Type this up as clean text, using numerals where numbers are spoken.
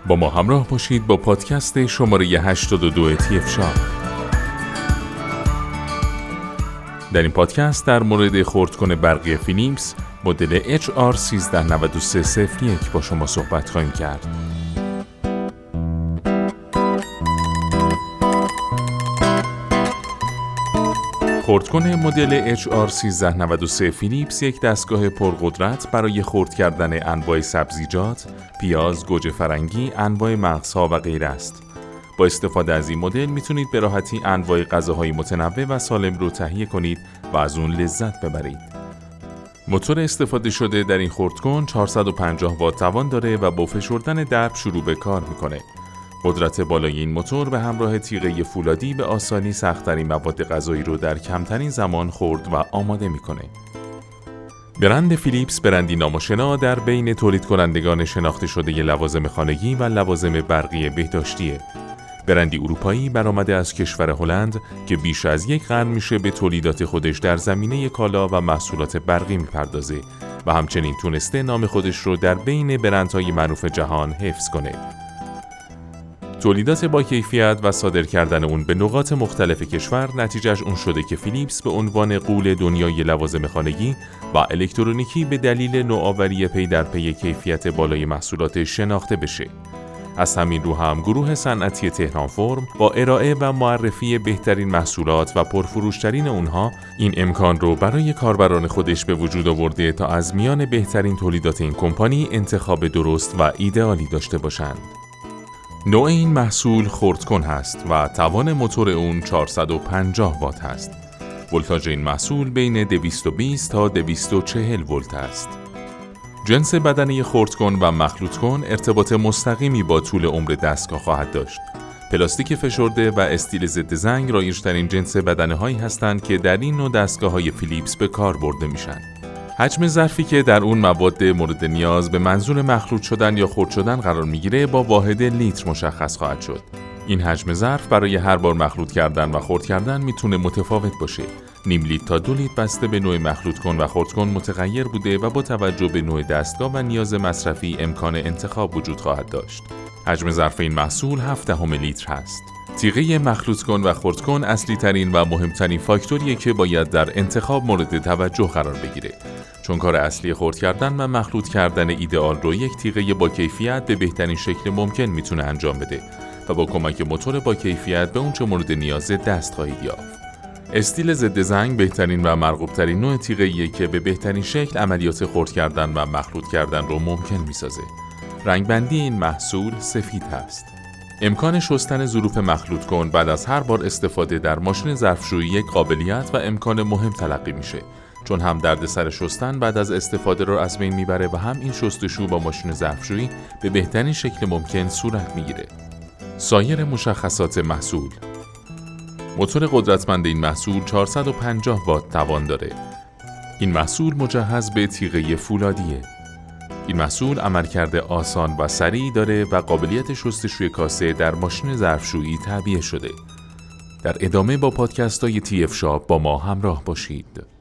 با ما همراه باشید با پادکست شماره 82 TF شاپ. در این پادکست در مورد خردکن برقی فیلیپس مدل HR139301 با شما صحبت خواهیم کرد. خردکن مدل HR1393 فیلیپس یک دستگاه پرقدرت برای خرد کردن انواع سبزیجات، پیاز، گوجه فرنگی، انواع مغزها و غیره است. با استفاده از این مدل میتونید به راحتی انواع غذاهای متنوع و سالم رو تهیه کنید و از اون لذت ببرید. موتور استفاده شده در این خردکن 450 وات توان داره و با فشردن درب شروع به کار میکنه. قدرت بالای این موتور به همراه تیغه فولادی به آسانی سخت‌ترین مواد غذایی رو در کمترین زمان خرد و آماده میکنه. برند فیلیپس برندی نامآشنا در بین تولید کنندگان شناخته شده لوازم خانگی و لوازم برقی بهداشتیه. برندی اروپایی برآمده از کشور هلند که بیش از یک قرن میشه به تولیدات خودش در زمینه کالا و محصولات برقی میپردازه و همچنین تونسته نام خودش رو در بین برندهای معروف جهان حفظ کنه. تولیدات با کیفیت و صادر کردن اون به نقاط مختلف کشور نتیجهش اون شده که فیلیپس به عنوان غول دنیای لوازم خانگی و الکترونیکی به دلیل نوآوری پی در پی کیفیت بالای محصولات شناخته بشه. از همین رو هم گروه صنعتی تهران فرم با ارائه و معرفی بهترین محصولات و پرفروشترین اونها این امکان رو برای کاربران خودش به وجود آورده تا از میان بهترین تولیدات این کمپانی انتخاب درست و ایدئالی داشته باشند. نوع این محصول خردکن هست و توان موتور اون 450 وات هست. ولتاژ این محصول بین 220 تا 240 ولت است. جنس بدنه خردکن و مخلوط کن ارتباط مستقیمی با طول عمر دستگاه خواهد داشت. پلاستیک فشرده و استیل ضد زنگ رایج‌ترین جنس بدنه هایی هستند که در این نوع دستگاه‌های فیلیپس به کار برده میشن. حجم ظرفی که در اون مواد مورد نیاز به منظور مخلوط شدن یا خرد شدن قرار میگیره با واحد لیتر مشخص خواهد شد. این حجم ظرف برای هر بار مخلوط کردن و خرد کردن میتونه متفاوت باشه. نیم لیتر تا 2 لیتر بسته به نوع مخلوط کن و خرد کن متغیر بوده و با توجه به نوع دستگاه و نیاز مصرفی امکان انتخاب وجود خواهد داشت. حجم ظرف این محصول 0.7 لیتر هست. تیغه مخلوط کن و خرد کن اصلی ترین و مهمترین فاکتوریه که باید در انتخاب مورد توجه قرار بگیره. چون کار اصلی خرد کردن و مخلوط کردن ایدئال رو یک تیغه با کیفیت به بهترین شکل ممکن میتونه انجام بده و با کمک موتور با کیفیت به اونچه مورد نیاز دست خواهید یافت. استیل ضد زنگ بهترین و مرغوب‌ترین نوع تیغه‌ایه که به بهترین شکل عملیات خرد کردن و مخلوط کردن رو ممکن میسازه. رنگبندی این محصول سفید هست. امکان شستن ظروف مخلوط کن بعد از هر بار استفاده در ماشین ظرفشویی یک قابلیت و امکان مهم تلقی میشه، چون هم دردسر شستن بعد از استفاده رو از بین میبره و هم این شستشو با ماشین ظرفشویی به بهترین شکل ممکن صورت میگیره. سایر مشخصات محصول: موتور قدرتمند این محصول 450 وات توان داره. این محصول مجهز به تیغه فولادیه. این محصول عملکرد آسان و سریع داره و قابلیت شستشوی کاسه در ماشین ظرفشویی تعبیه شده. در ادامه با پادکست‌های TF شاپ با ما همراه باشید.